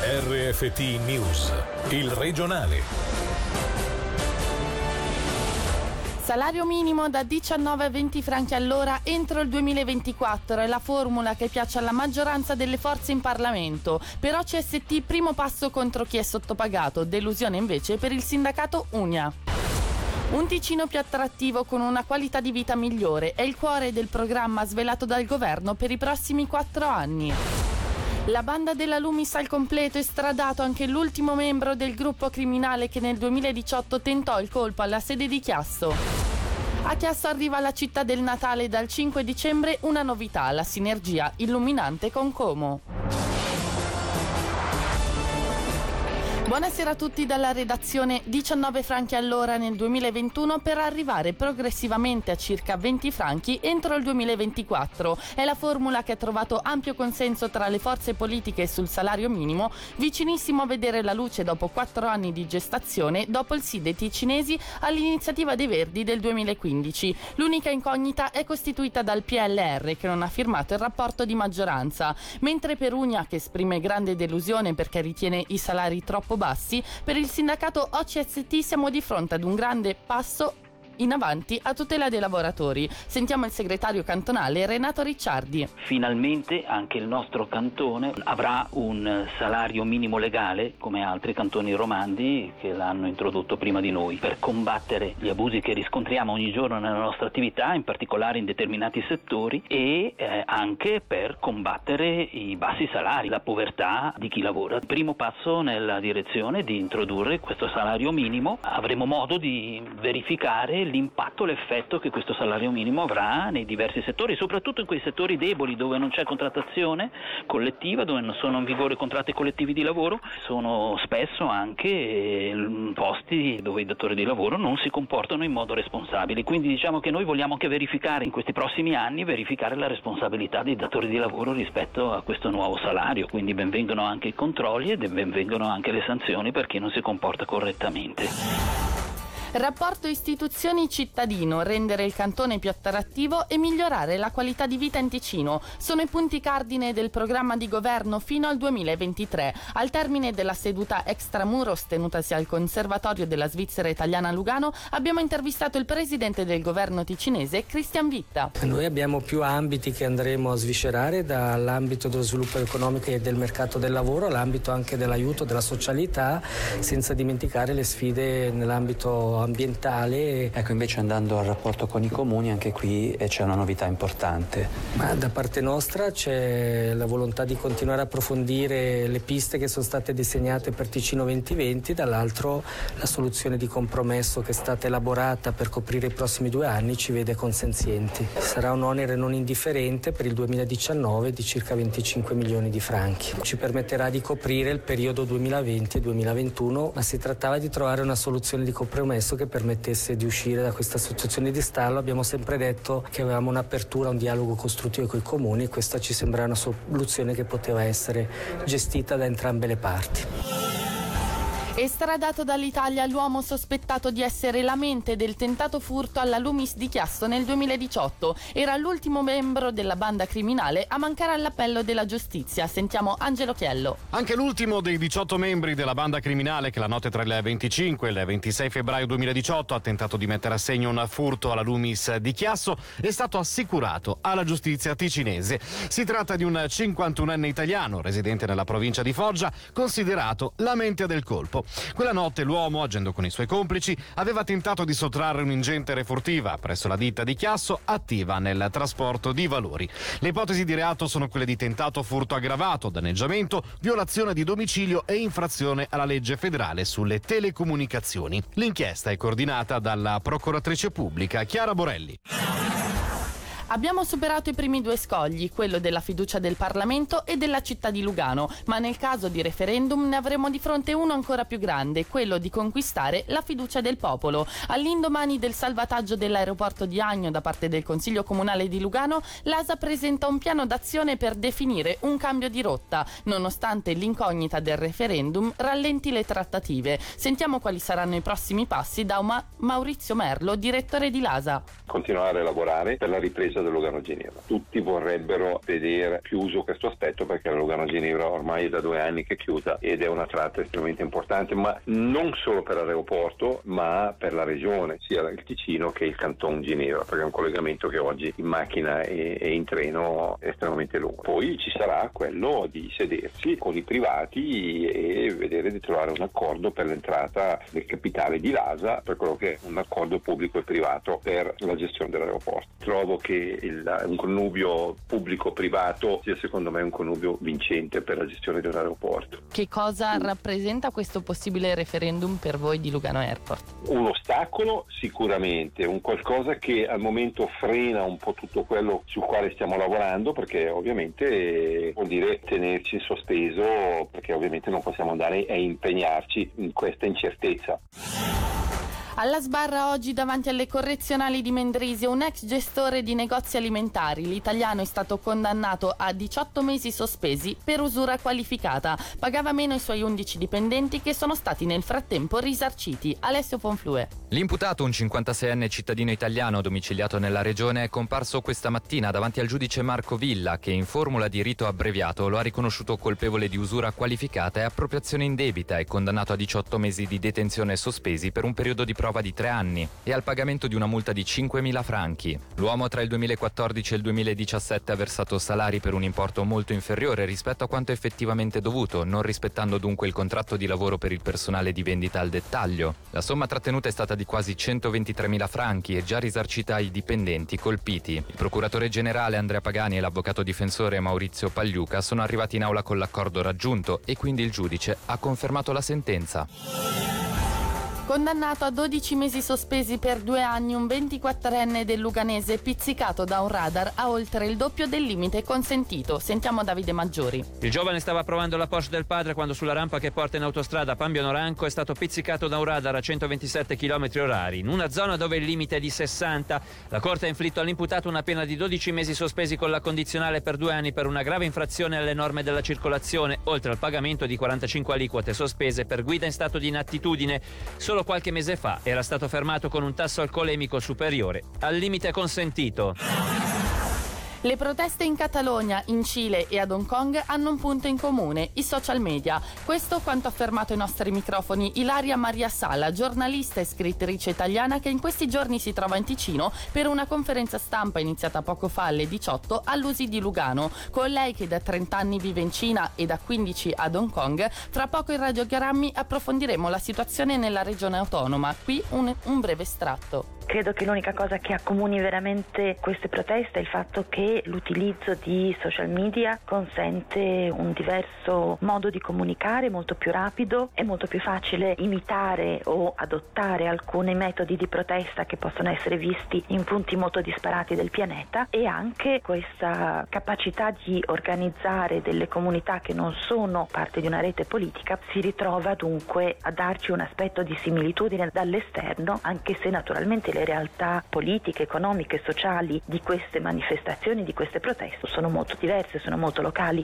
RFT News, il regionale. Salario minimo da 19 a 20 franchi all'ora entro il 2024 è la formula che piace alla maggioranza delle forze in Parlamento. Per OCST primo passo contro chi è sottopagato, delusione invece per il sindacato Unia. Un Ticino più attrattivo con una qualità di vita migliore è il cuore del programma svelato dal governo per i prossimi 4 anni. La banda della Lumis al completo, estradato anche l'ultimo membro del gruppo criminale che nel 2018 tentò il colpo alla sede di Chiasso. A Chiasso arriva alla città del Natale dal 5 dicembre una novità, la sinergia illuminante con Como. Buonasera a tutti dalla redazione. 19 franchi all'ora nel 2021 per arrivare progressivamente a circa 20 franchi entro il 2024. È la formula che ha trovato ampio consenso tra le forze politiche sul salario minimo, vicinissimo a vedere la luce dopo 4 anni di gestazione, dopo il sì dei ticinesi all'iniziativa dei Verdi del 2015. L'unica incognita è costituita dal PLR, che non ha firmato il rapporto di maggioranza, mentre per Unia, che esprime grande delusione perché ritiene i salari troppo bassi, per il sindacato OCST siamo di fronte ad un grande passo in avanti a tutela dei lavoratori. Sentiamo il segretario cantonale Renato Ricciardi. Finalmente anche il nostro cantone avrà un salario minimo legale come altri cantoni romandi che l'hanno introdotto prima di noi, per combattere gli abusi che riscontriamo ogni giorno nella nostra attività, in particolare in determinati settori, e anche per combattere i bassi salari, la povertà di chi lavora. Il primo passo nella direzione di introdurre questo salario minimo. Avremo modo di verificare l'impatto, l'effetto che questo salario minimo avrà nei diversi settori, soprattutto in quei settori deboli dove non c'è contrattazione collettiva, dove non sono in vigore contratti collettivi di lavoro. Sono spesso anche posti dove i datori di lavoro non si comportano in modo responsabile, quindi diciamo che noi vogliamo anche verificare in questi prossimi anni la responsabilità dei datori di lavoro rispetto a questo nuovo salario, quindi benvengano anche i controlli e benvengano anche le sanzioni per chi non si comporta correttamente. Rapporto istituzioni-cittadino, rendere il cantone più attrattivo e migliorare la qualità di vita in Ticino sono i punti cardine del programma di governo fino al 2023. Al termine della seduta extramuros tenutasi al Conservatorio della Svizzera Italiana a Lugano abbiamo intervistato il presidente del governo ticinese Christian Witta. Noi abbiamo più ambiti che andremo a sviscerare, dall'ambito dello sviluppo economico e del mercato del lavoro all'ambito anche dell'aiuto, della socialità, senza dimenticare le sfide nell'ambito ambientale. Ecco, invece andando al rapporto con i comuni, anche qui c'è una novità importante. Ma da parte nostra c'è la volontà di continuare a approfondire le piste che sono state disegnate per Ticino 2020, dall'altro la soluzione di compromesso che è stata elaborata per coprire i prossimi 2 anni ci vede consenzienti. Sarà un onere non indifferente per il 2019 di circa 25 milioni di franchi. Ci permetterà di coprire il periodo 2020 e 2021, ma si trattava di trovare una soluzione di compromesso che permettesse di uscire da questa situazione di stallo. Abbiamo sempre detto che avevamo un'apertura, un dialogo costruttivo con i comuni e questa ci sembra una soluzione che poteva essere gestita da entrambe le parti. Estradato dall'Italia l'uomo sospettato di essere la mente del tentato furto alla Lumis di Chiasso nel 2018. Era l'ultimo membro della banda criminale a mancare all'appello della giustizia. Sentiamo Angelo Chiello. Anche l'ultimo dei 18 membri della banda criminale che la notte tra il 25 e il 26 febbraio 2018 ha tentato di mettere a segno un furto alla Lumis di Chiasso è stato assicurato alla giustizia ticinese. Si tratta di un 51enne italiano residente nella provincia di Foggia, considerato la mente del colpo. Quella notte l'uomo, agendo con i suoi complici, aveva tentato di sottrarre un'ingente refurtiva presso la ditta di Chiasso attiva nel trasporto di valori. Le ipotesi di reato sono quelle di tentato furto aggravato, danneggiamento, violazione di domicilio e infrazione alla legge federale sulle telecomunicazioni. L'inchiesta è coordinata dalla procuratrice pubblica Chiara Borelli. Abbiamo superato i primi 2 scogli, quello della fiducia del Parlamento e della città di Lugano, ma nel caso di referendum ne avremo di fronte uno ancora più grande, quello di conquistare la fiducia del popolo. All'indomani del salvataggio dell'aeroporto di Agno da parte del Consiglio Comunale di Lugano, l'ASA presenta un piano d'azione per definire un cambio di rotta, nonostante l'incognita del referendum rallenti le trattative. Sentiamo quali saranno i prossimi passi da Maurizio Merlo, direttore di LASA. Continuare a lavorare per la ripresa presenza del Lugano Ginevra. Tutti vorrebbero vedere chiuso questo aspetto, perché la Lugano Ginevra ormai è da 2 anni che è chiusa ed è una tratta estremamente importante, ma non solo per l'aeroporto ma per la regione, sia il Ticino che il Canton Ginevra, perché è un collegamento che oggi in macchina e in treno è estremamente lungo. Poi ci sarà quello di sedersi con i privati e vedere di trovare un accordo per l'entrata del capitale di Lasa, per quello che è un accordo pubblico e privato per la gestione dell'aeroporto. Trovo che un connubio pubblico-privato sia secondo me un connubio vincente per la gestione dell'aeroporto. Che cosa rappresenta questo possibile referendum per voi di Lugano Airport? Un ostacolo sicuramente, un qualcosa che al momento frena un po' tutto quello sul quale stiamo lavorando, perché ovviamente vuol dire tenerci in sospeso, perché ovviamente non possiamo andare a impegnarci in questa incertezza. Alla sbarra oggi davanti alle correzionali di Mendrisio un ex gestore di negozi alimentari. L'italiano è stato condannato a 18 mesi sospesi per usura qualificata. Pagava meno i suoi 11 dipendenti che sono stati nel frattempo risarciti. Alessio Ponflue. L'imputato, un 56enne cittadino italiano domiciliato nella regione, è comparso questa mattina davanti al giudice Marco Villa, che in formula di rito abbreviato lo ha riconosciuto colpevole di usura qualificata e appropriazione indebita e condannato a 18 mesi di detenzione sospesi per un periodo di prova di 3 anni e al pagamento di una multa di 5.000 franchi. L'uomo tra il 2014 e il 2017 ha versato salari per un importo molto inferiore rispetto a quanto effettivamente dovuto, non rispettando dunque il contratto di lavoro per il personale di vendita al dettaglio. La somma trattenuta è stata di quasi 123.000 franchi e già risarcita ai dipendenti colpiti. Il procuratore generale Andrea Pagani e l'avvocato difensore Maurizio Pagliuca sono arrivati in aula con l'accordo raggiunto e quindi il giudice ha confermato la sentenza. Condannato a 12 mesi sospesi per 2 anni un 24enne del Luganese pizzicato da un radar a oltre il doppio del limite consentito. Sentiamo Davide Maggiori. Il giovane stava provando la Porsche del padre quando sulla rampa che porta in autostrada Pambio-Noranco è stato pizzicato da un radar a 127 km/h in una zona dove il limite è di 60. La Corte ha inflitto all'imputato una pena di 12 mesi sospesi con la condizionale per 2 anni per una grave infrazione alle norme della circolazione, oltre al pagamento di 45 aliquote sospese per guida in stato di inattitudine. Solo qualche mese fa era stato fermato con un tasso alcolemico superiore al limite consentito. Le proteste in Catalogna, in Cile e ad Hong Kong hanno un punto in comune, i social media. Questo quanto ha affermato ai nostri microfoni Ilaria Maria Sala, giornalista e scrittrice italiana che in questi giorni si trova in Ticino per una conferenza stampa iniziata poco fa alle 18 all'USI di Lugano. Con lei, che da 30 anni vive in Cina e da 15 ad Hong Kong, fra poco in Radiogrammi approfondiremo la situazione nella regione autonoma. Qui un breve estratto. Credo che l'unica cosa che accomuni veramente queste proteste è il fatto che l'utilizzo di social media consente un diverso modo di comunicare, molto più rapido, è molto più facile imitare o adottare alcuni metodi di protesta che possono essere visti in punti molto disparati del pianeta, e anche questa capacità di organizzare delle comunità che non sono parte di una rete politica si ritrova dunque a darci un aspetto di similitudine dall'esterno, anche se naturalmente le realtà politiche, economiche e sociali di queste manifestazioni, di queste proteste sono molto diverse, sono molto locali.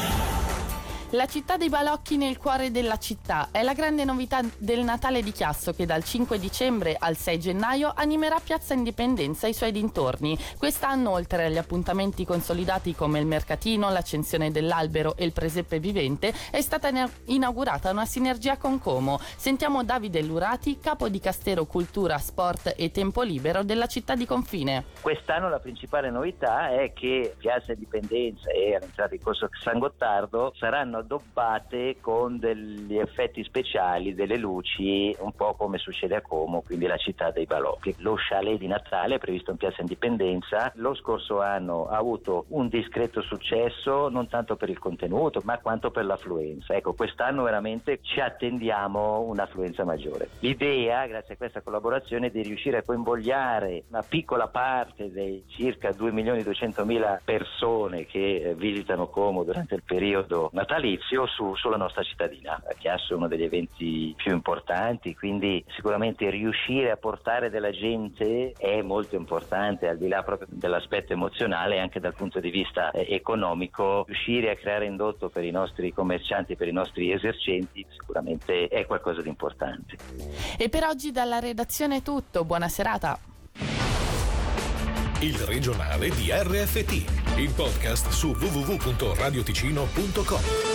La città dei balocchi nel cuore della città è la grande novità del Natale di Chiasso, che dal 5 dicembre al 6 gennaio animerà Piazza Indipendenza e i suoi dintorni. Quest'anno, oltre agli appuntamenti consolidati come il mercatino, l'accensione dell'albero e il presepe vivente, è stata inaugurata una sinergia con Como. Sentiamo Davide Lurati, capo di Castero Cultura, Sport e Tempo Libero della città di confine. Quest'anno la principale novità è che Piazza Indipendenza e all'entrata di Corso San Gottardo saranno addobbate con degli effetti speciali, delle luci, un po' come succede a Como, quindi la città dei balocchi. Lo chalet di Natale è previsto in Piazza Indipendenza. Lo scorso anno ha avuto un discreto successo, non tanto per il contenuto ma quanto per l'affluenza. Ecco, quest'anno veramente ci attendiamo un'affluenza maggiore. L'idea, grazie a questa collaborazione, è di riuscire a coinvogliare una piccola parte dei circa 2.200.000 persone che visitano Como durante il periodo natalizio sulla nostra cittadina. Chiasso è uno degli eventi più importanti, quindi sicuramente riuscire a portare della gente è molto importante, al di là proprio dell'aspetto emozionale, anche dal punto di vista economico. Riuscire a creare indotto per i nostri commercianti, per i nostri esercenti, sicuramente è qualcosa di importante. E per oggi dalla redazione è tutto, buona serata. il regionale di RFT, il podcast su www.radioticino.com.